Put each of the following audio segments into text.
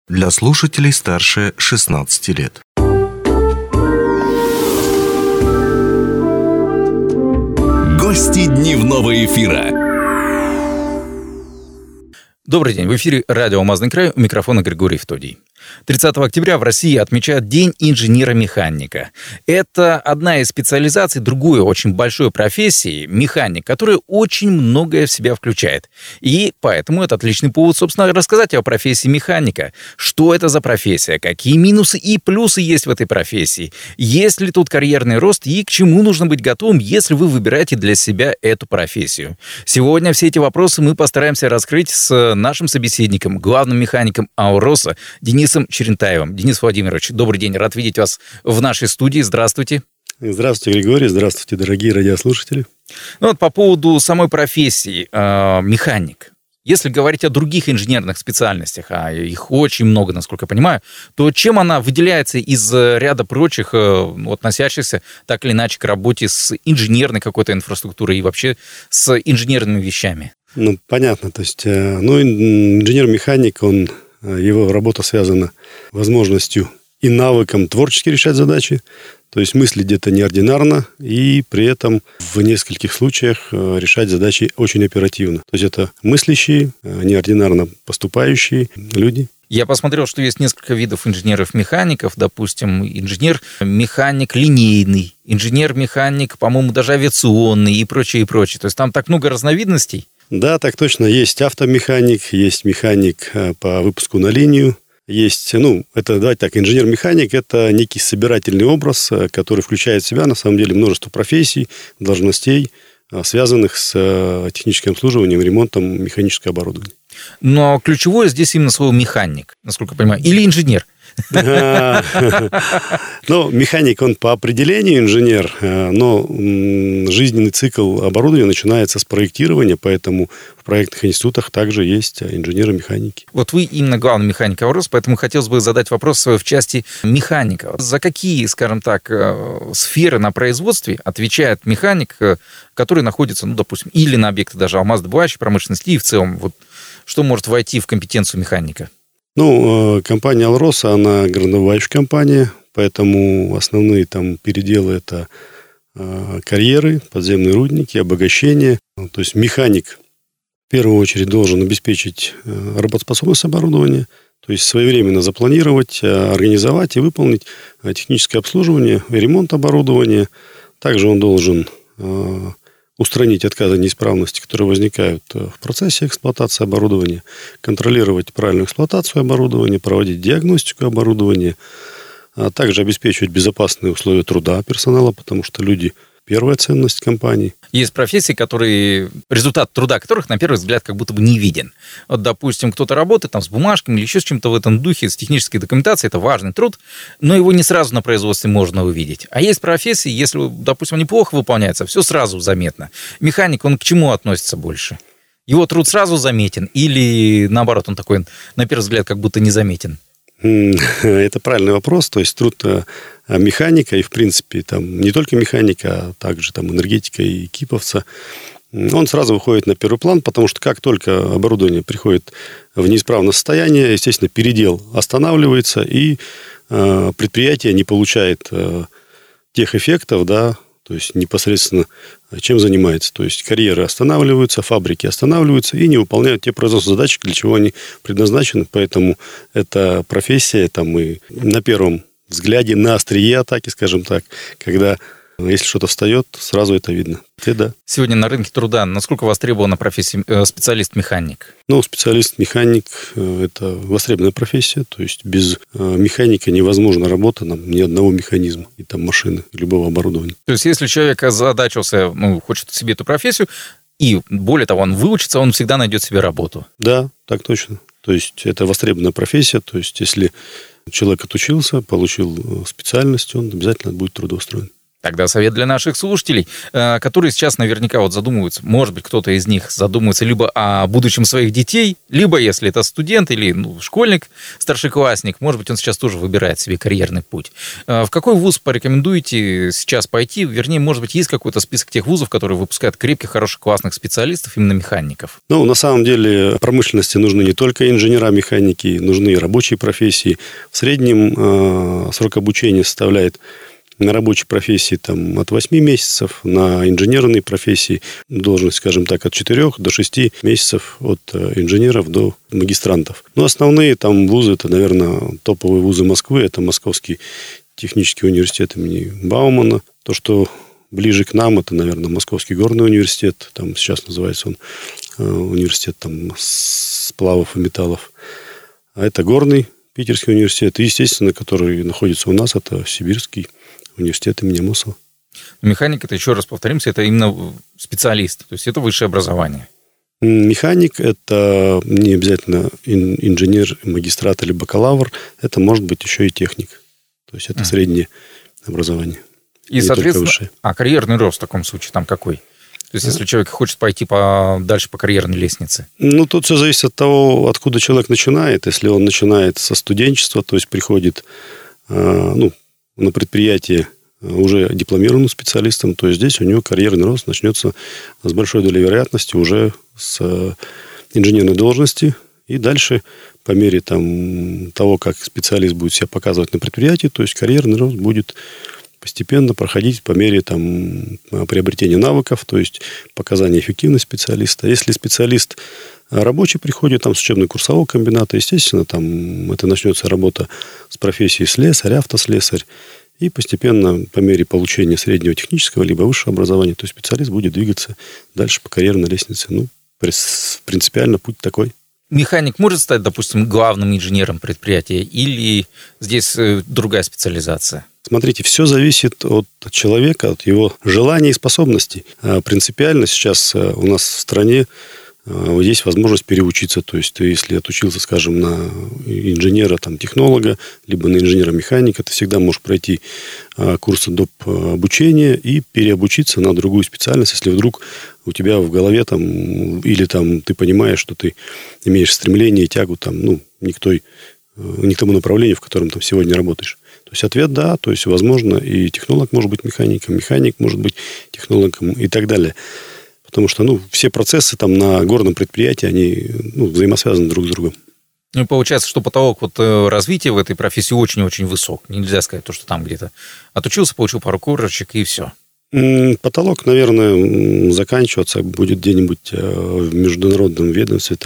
Для слушателей старше 16 лет. Гости дневного эфира. Добрый день. В эфире радио «Алмазный край», у микрофона Григорий Втодий. 30 октября в России отмечают День инженера-механика. Это одна из специализаций другой очень большой профессии – механик, которая очень многое в себя включает. И поэтому это отличный повод, собственно, рассказать о профессии механика. Что это за профессия, какие минусы и плюсы есть в этой профессии, есть ли тут карьерный рост и к чему нужно быть готовым, если вы выбираете для себя эту профессию. Сегодня все эти вопросы мы постараемся раскрыть с нашим собеседником, главным механиком АОРОСа Денисом Черентаевым. Денис Владимирович, добрый день, рад видеть вас в нашей студии. Здравствуйте. Здравствуйте, Григорий, здравствуйте, дорогие радиослушатели. Ну вот по поводу самой профессии механик. Если говорить о других инженерных специальностях, а их очень много, насколько я понимаю, то чем она выделяется из ряда прочих, относящихся так или иначе к работе с инженерной какой-то инфраструктурой и вообще с инженерными вещами? Ну, понятно, то есть, инженер-механик, его работа связана возможностью и навыком творчески решать задачи, то есть мыслить где-то неординарно и при этом в нескольких случаях решать задачи очень оперативно. То есть это мыслящие, неординарно поступающие люди. Я посмотрел, что есть несколько видов инженеров-механиков, допустим, инженер-механик линейный, инженер-механик, по-моему, даже авиационный и прочее, и прочее. То есть там так много разновидностей. Да, так точно. Есть автомеханик, есть механик по выпуску на линию. Есть, давайте так, инженер-механик – это некий собирательный образ, который включает в себя, на самом деле, множество профессий, должностей, связанных с техническим обслуживанием, ремонтом механического оборудования. Но ключевое здесь именно слово «механик», насколько я понимаю, или инженер. Механик, он по определению инженер, но жизненный цикл оборудования начинается с проектирования, поэтому в проектных институтах также есть инженеры-механики. Вот вы именно главный механик АОРОС, поэтому хотелось бы задать вопрос в части механика. За какие, скажем так, сферы на производстве отвечает механик, который находится, допустим, или на объекте даже алмаздобывающей промышленности, и в целом, что может войти в компетенцию механика? Компания «АОРОС», она горнодобывающая компания, поэтому основные там переделы – это карьеры, подземные рудники, обогащение. То есть механик в первую очередь должен обеспечить работоспособность оборудования, то есть своевременно запланировать, организовать и выполнить техническое обслуживание, ремонт оборудования. Также он должен устранить отказы, неисправности, которые возникают в процессе эксплуатации оборудования, контролировать правильную эксплуатацию оборудования, проводить диагностику оборудования, а также обеспечивать безопасные условия труда персонала, потому что люди – первая ценность компании. Есть профессии, результат труда которых, на первый взгляд, как будто бы не виден. Вот, допустим, кто-то работает с бумажками или еще с чем-то в этом духе, с технической документацией, это важный труд, но его не сразу на производстве можно увидеть. А есть профессии, если, допустим, неплохо выполняется, все сразу заметно. Механик, он к чему относится больше? Его труд сразу заметен или, наоборот, он такой, на первый взгляд, как будто не заметен? Это правильный вопрос. То есть труд механика и, в принципе, не только механика, а также энергетика и киповца, он сразу выходит на первый план, потому что как только оборудование приходит в неисправное состояние, естественно, передел останавливается, и предприятие не получает тех эффектов, то есть непосредственно чем занимается. То есть карьеры останавливаются, фабрики останавливаются и не выполняют те производственные задачи, для чего они предназначены. Поэтому эта профессия и на первом взгляде, на острие атаки, скажем так, когда если что-то встает, сразу это видно. Сегодня на рынке труда насколько востребована профессия специалист-механик? Специалист-механик – это востребованная профессия. То есть без механика невозможна работа ни одного механизма, и машины, любого оборудования. То есть если человек озадачился, хочет себе эту профессию, и более того, он выучится, он всегда найдет себе работу? Да, так точно. То есть это востребованная профессия. То есть если человек отучился, получил специальность, он обязательно будет трудоустроен. Тогда совет для наших слушателей, которые сейчас наверняка вот задумываются, может быть, кто-то из них задумывается либо о будущем своих детей, либо, если это студент или школьник, старшеклассник, может быть, он сейчас тоже выбирает себе карьерный путь. В какой вуз порекомендуете сейчас пойти? Вернее, может быть, есть какой-то список тех вузов, которые выпускают крепких, хороших, классных специалистов, именно механиков? Ну, на самом деле, промышленности нужны не только инженера-механики, нужны и рабочие профессии. В среднем срок обучения составляет на рабочей профессии там, от 8 месяцев, на инженерной профессии должность, скажем так, от 4 до 6 месяцев от инженеров до магистрантов. Но основные там вузы, это, наверное, топовые вузы Москвы, это Московский технический университет имени Баумана. То, что ближе к нам, это, наверное, Московский горный университет, там сейчас называется он университет там, сплавов и металлов. А это горный Питерский университет, и, естественно, который находится у нас, это Сибирский университет имени Амосова. Механик, это, еще раз повторимся, это именно специалист, то есть это высшее образование. Механик – это не обязательно инженер, магистрат или бакалавр, это может быть еще и техник. То есть это среднее образование. И, соответственно, карьерный рост в таком случае там какой? То есть, если человек хочет пойти дальше по карьерной лестнице? Ну, тут все зависит от того, откуда человек начинает. Если он начинает со студенчества, то есть приходит на предприятие уже дипломированным специалистом, то здесь у него карьерный рост начнется с большой долей вероятности уже с инженерной должности. И дальше, по мере того, как специалист будет себя показывать на предприятии, то есть карьерный рост будет постепенно проходить по мере приобретения навыков, то есть показания эффективности специалиста. Если специалист рабочий приходит с учебно-курсового комбината, естественно, это начнется работа с профессией слесарь, автослесарь, и постепенно по мере получения среднего технического либо высшего образования, то есть специалист будет двигаться дальше по карьерной лестнице. Принципиально путь такой. Механик может стать, допустим, главным инженером предприятия, или здесь другая специализация? Смотрите, все зависит от человека, от его желаний и способностей. Принципиально сейчас у нас в стране есть возможность переучиться. То есть ты, если отучился, скажем, на инженера-технолога, либо на инженера-механика, ты всегда можешь пройти курсы доп. Обучения и переобучиться на другую специальность, если вдруг у тебя в голове или ты понимаешь, что ты имеешь стремление и тягу не к тому направлению, в котором сегодня работаешь. То есть ответ да, то есть возможно и технолог может быть механиком, механик может быть технологом и так далее. Потому что все процессы на горном предприятии, они взаимосвязаны друг с другом. Ну, получается, что потолок развития в этой профессии очень-очень высок. Нельзя сказать, что там где-то отучился, получил пару корочек и все. Потолок, наверное, заканчиваться будет где-нибудь в международном ведомстве,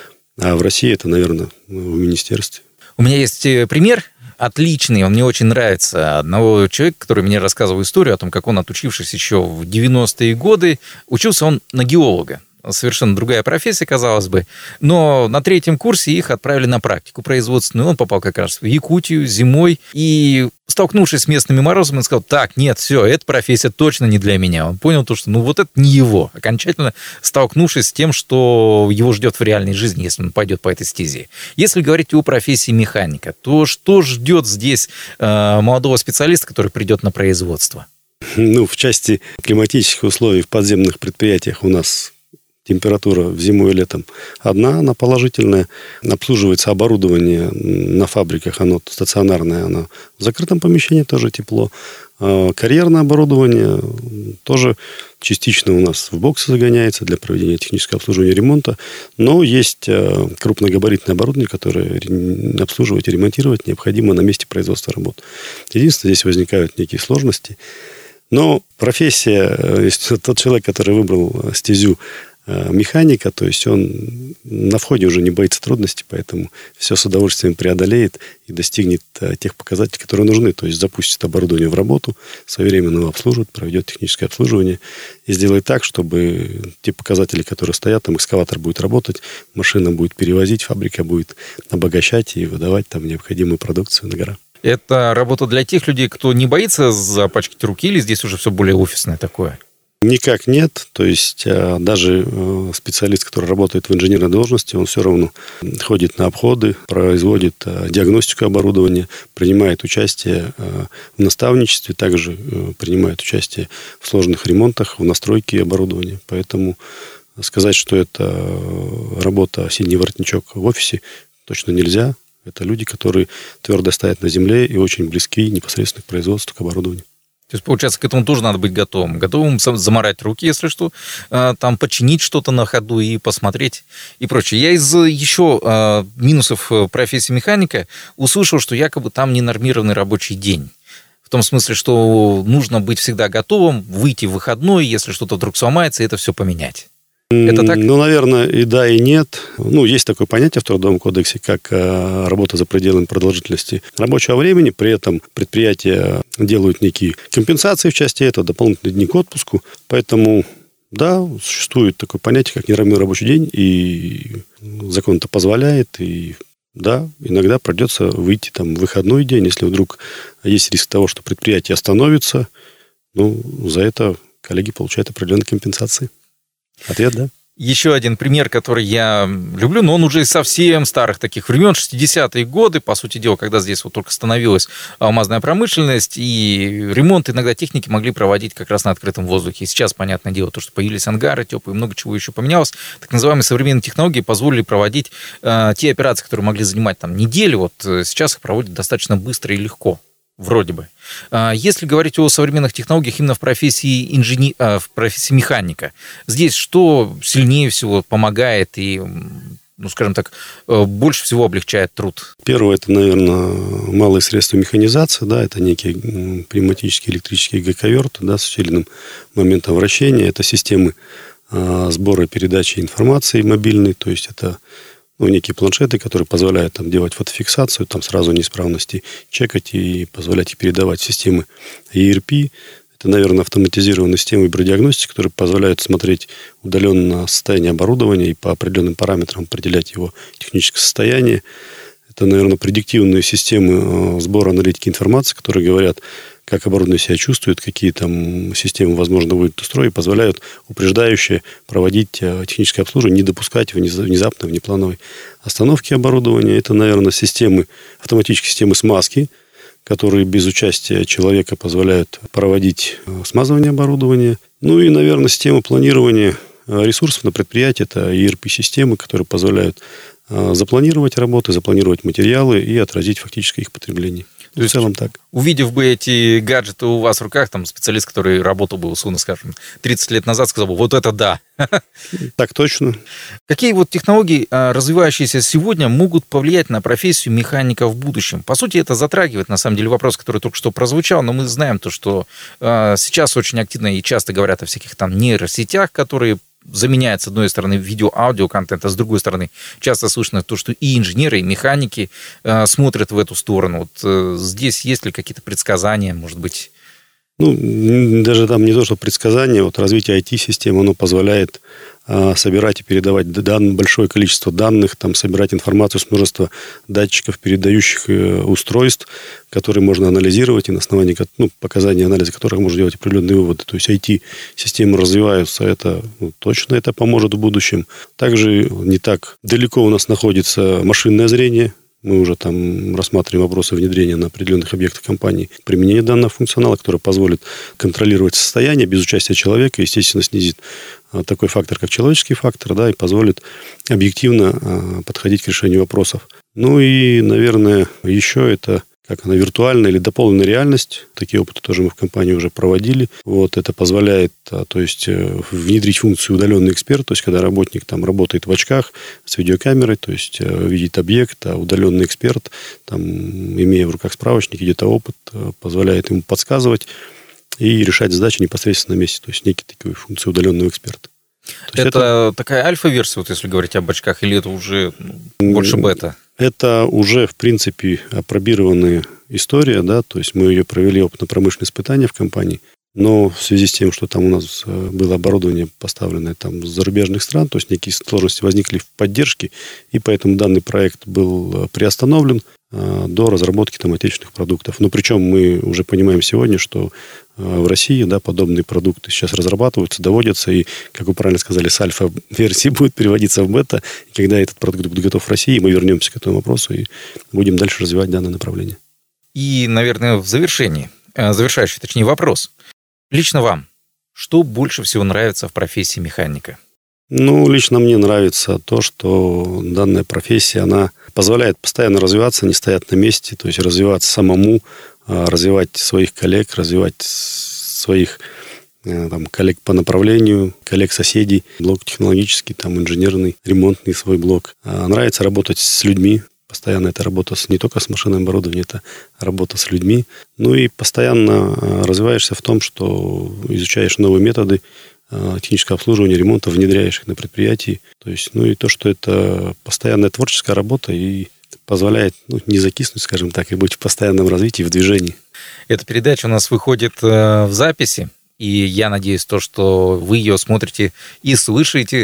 а в России это, наверное, в министерстве. У меня есть пример отличный, он мне очень нравится. Одного человека, который мне рассказывал историю о том, как он, отучившись еще в 90-е годы, учился он на геолога. Совершенно другая профессия, казалось бы. Но на 3-м курсе их отправили на практику производственную. Он попал как раз в Якутию зимой. И, столкнувшись с местными морозами, он сказал: так, нет, все, эта профессия точно не для меня. Он понял что это не его. Окончательно столкнувшись с тем, что его ждет в реальной жизни, если он пойдет по этой стезе. Если говорить о профессии механика, то что ждет здесь молодого специалиста, который придет на производство? В части климатических условий в подземных предприятиях у нас температура в зиму и летом одна, она положительная. Обслуживается оборудование на фабриках, оно стационарное, оно в закрытом помещении тоже тепло. Карьерное оборудование тоже частично у нас в боксы загоняется для проведения технического обслуживания и ремонта. Но есть крупногабаритное оборудование, которое обслуживать и ремонтировать необходимо на месте производства работ. Единственное, здесь возникают некие сложности. Но профессия, если тот человек, который выбрал стезю механика, то есть он на входе уже не боится трудностей, поэтому все с удовольствием преодолеет и достигнет тех показателей, которые нужны. То есть запустит оборудование в работу, своевременно его обслуживает, проведет техническое обслуживание и сделает так, чтобы те показатели, которые стоят, экскаватор будет работать, машина будет перевозить, фабрика будет обогащать и выдавать необходимую продукцию на гора. Это работа для тех людей, кто не боится запачкать руки, или здесь уже все более офисное такое? Никак нет. То есть даже специалист, который работает в инженерной должности, он все равно ходит на обходы, производит диагностику оборудования, принимает участие в наставничестве, также принимает участие в сложных ремонтах, в настройке оборудования. Поэтому сказать, что это работа синий воротничок в офисе, точно нельзя. Это люди, которые твердо стоят на земле и очень близки непосредственно к производству, к оборудованию. То есть, получается, к этому тоже надо быть готовым. Готовым замарать руки, если что, там починить что-то на ходу и посмотреть и прочее. Я из еще минусов профессии механика услышал, что якобы там ненормированный рабочий день. В том смысле, что нужно быть всегда готовым, выйти в выходной, если что-то вдруг сломается, и это все поменять. Это так? Ну, наверное, и да, и нет. Ну, есть такое понятие в Трудовом кодексе, как работа за пределами продолжительности рабочего времени. При этом предприятия делают некие компенсации в части этого, дополнительные дни к отпуску. Поэтому, да, существует такое понятие, как неравный рабочий день, и закон это позволяет, и да, иногда придется выйти там в выходной день, если вдруг есть риск того, что предприятие остановится. Ну, за это коллеги получают определенные компенсации. Ответ, да? Еще один пример, который я люблю, но он уже из совсем старых таких времен, 60-е годы, по сути дела, когда здесь вот только становилась алмазная промышленность, и ремонт иногда техники могли проводить как раз на открытом воздухе. И сейчас, понятное дело, то, что появились ангары теплые, много чего еще поменялось, так называемые современные технологии позволили проводить те операции, которые могли занимать там неделю, вот сейчас их проводят достаточно быстро и легко. Вроде бы. Если говорить о современных технологиях именно в профессии в профессии механика, здесь что сильнее всего помогает и, ну, скажем так, больше всего облегчает труд? Первое, это, наверное, малые средства механизации, да, это некие пневматические электрические гаковерты, да, с усиленным моментом вращения, это системы сбора и передачи информации мобильной, то есть это некие планшеты, которые позволяют там делать фотофиксацию, там сразу неисправности чекать и позволять их передавать в системы ERP. Это, наверное, автоматизированные системы вибродиагностики, которые позволяют смотреть удаленно состояние оборудования и по определенным параметрам определять его техническое состояние. Это, наверное, предиктивные системы сбора аналитики информации, которые говорят, как оборудование себя чувствует, какие там системы, возможно, будет устроить, позволяют упреждающе проводить техническое обслуживание, не допускать внезапной, внеплановой остановки оборудования. Это, наверное, автоматические системы смазки, которые без участия человека позволяют проводить смазывание оборудования. Ну и, наверное, система планирования ресурсов на предприятии. Это ERP-системы, которые позволяют запланировать работы, запланировать материалы и отразить фактическое их потребление. То есть, в целом так. Увидев бы эти гаджеты у вас в руках, там специалист, который работал бы, условно скажем, 30 лет назад, сказал бы, вот это да. Так точно. Какие вот технологии, развивающиеся сегодня, могут повлиять на профессию механика в будущем? По сути, это затрагивает, на самом деле, вопрос, который только что прозвучал, но мы знаем то, что сейчас очень активно и часто говорят о всяких там нейросетях, которые заменяет, с одной стороны, видео-аудио-контент, а с другой стороны, часто слышно то, что и инженеры, и механики смотрят в эту сторону. Вот здесь есть ли какие-то предсказания, может быть? Ну, даже там не то, что предсказания, вот развитие IT-систем, оно позволяет собирать и передавать большое количество данных, там, собирать информацию с множества датчиков, передающих устройств, которые можно анализировать, и на основании показаний анализа которых можно делать определенные выводы. То есть IT-системы развиваются, точно это поможет в будущем. Также не так далеко у нас находится машинное зрение. Мы уже там рассматриваем вопросы внедрения на определенных объектах компании применения данного функционала, который позволит контролировать состояние без участия человека, естественно, снизит такой фактор, как человеческий фактор, да, и позволит объективно подходить к решению вопросов. Ну и, наверное, еще это виртуальная или дополненная реальность. Такие опыты тоже мы в компании уже проводили. Вот это позволяет, внедрить функцию удаленный эксперт, то есть когда работник там работает в очках с видеокамерой, то есть видит объект, а удаленный эксперт, там, имея в руках справочник, где-то опыт, позволяет ему подсказывать и решать задачи непосредственно на месте. То есть некие такие функции удаленного эксперта. Это такая альфа-версия, вот если говорить об очках, или это уже больше бета? Это уже, в принципе, апробированная история, да, то есть мы ее провели опытно-промышленные испытания в компании, но в связи с тем, что там у нас было оборудование, поставленное там с зарубежных стран, то есть некие сложности возникли в поддержке, и поэтому данный проект был приостановлен. до разработки там отечественных продуктов. Но причем мы уже понимаем сегодня, что в России, да, подобные продукты сейчас разрабатываются, доводятся, и, как вы правильно сказали, с альфа-версии будет переводиться в бета. И когда этот продукт будет готов в России, мы вернемся к этому вопросу и будем дальше развивать данное направление. И, наверное, в завершении, завершающий, точнее, вопрос. Лично вам, что больше всего нравится в профессии механика? Лично мне нравится то, что данная профессия, она позволяет постоянно развиваться, не стоять на месте, то есть развиваться самому, развивать своих коллег, развивать своих коллег по направлению, коллег-соседей, блок технологический, инженерный, ремонтный свой блок. Нравится работать с людьми. Постоянно это работа не только с машинным оборудованием, это работа с людьми. И постоянно развиваешься в том, что изучаешь новые методы технического обслуживания, ремонта, внедряешь их на предприятии. То есть, и то, что это постоянная творческая работа и позволяет не закиснуть, скажем так, и быть в постоянном развитии, в движении. Эта передача у нас выходит в записи. И я надеюсь, что вы ее смотрите и слушаете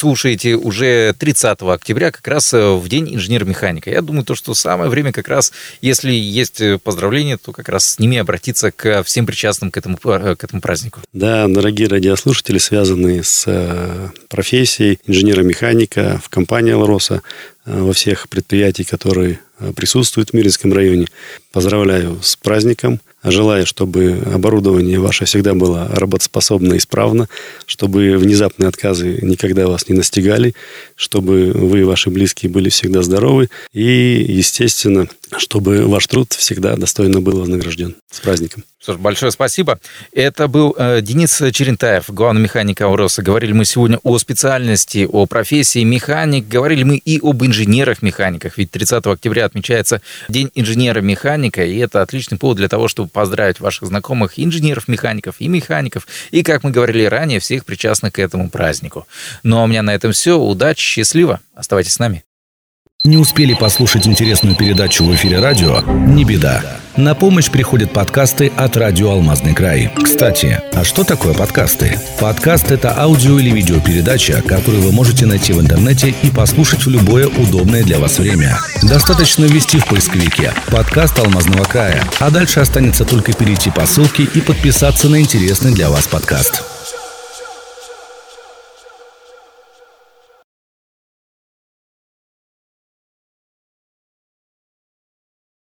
уже 30 октября, как раз в День инженера-механика. Я думаю, что самое время как раз, если есть поздравления, то как раз с ними обратиться к всем причастным к этому празднику. Да, дорогие радиослушатели, связанные с профессией инженера-механика в компании «Алроса», во всех предприятиях, которые присутствуют в Миринском районе, поздравляю с праздником. Желаю, чтобы оборудование ваше всегда было работоспособно и исправно, чтобы внезапные отказы никогда вас не настигали, чтобы вы и ваши близкие были всегда здоровы и, естественно, чтобы ваш труд всегда достойно был вознагражден. С праздником. Что ж, большое спасибо. Это был Денис Черентаев, главный механик «Алроса». Говорили мы сегодня о специальности, о профессии механик. Говорили мы и об инженерах-механиках. Ведь 30 октября отмечается День инженера-механика, и это отличный повод для того, чтобы поздравить ваших знакомых инженеров-механиков и механиков, и, как мы говорили ранее, всех причастных к этому празднику. Ну а у меня на этом все. Удачи, счастливо. Оставайтесь с нами. Не успели послушать интересную передачу в эфире радио? Не беда. На помощь приходят подкасты от радио «Алмазный край». Кстати, а что такое подкасты? Подкаст – это аудио- или видеопередача, которую вы можете найти в интернете и послушать в любое удобное для вас время. Достаточно ввести в поисковике «Подкаст Алмазного края», а дальше останется только перейти по ссылке и подписаться на интересный для вас подкаст.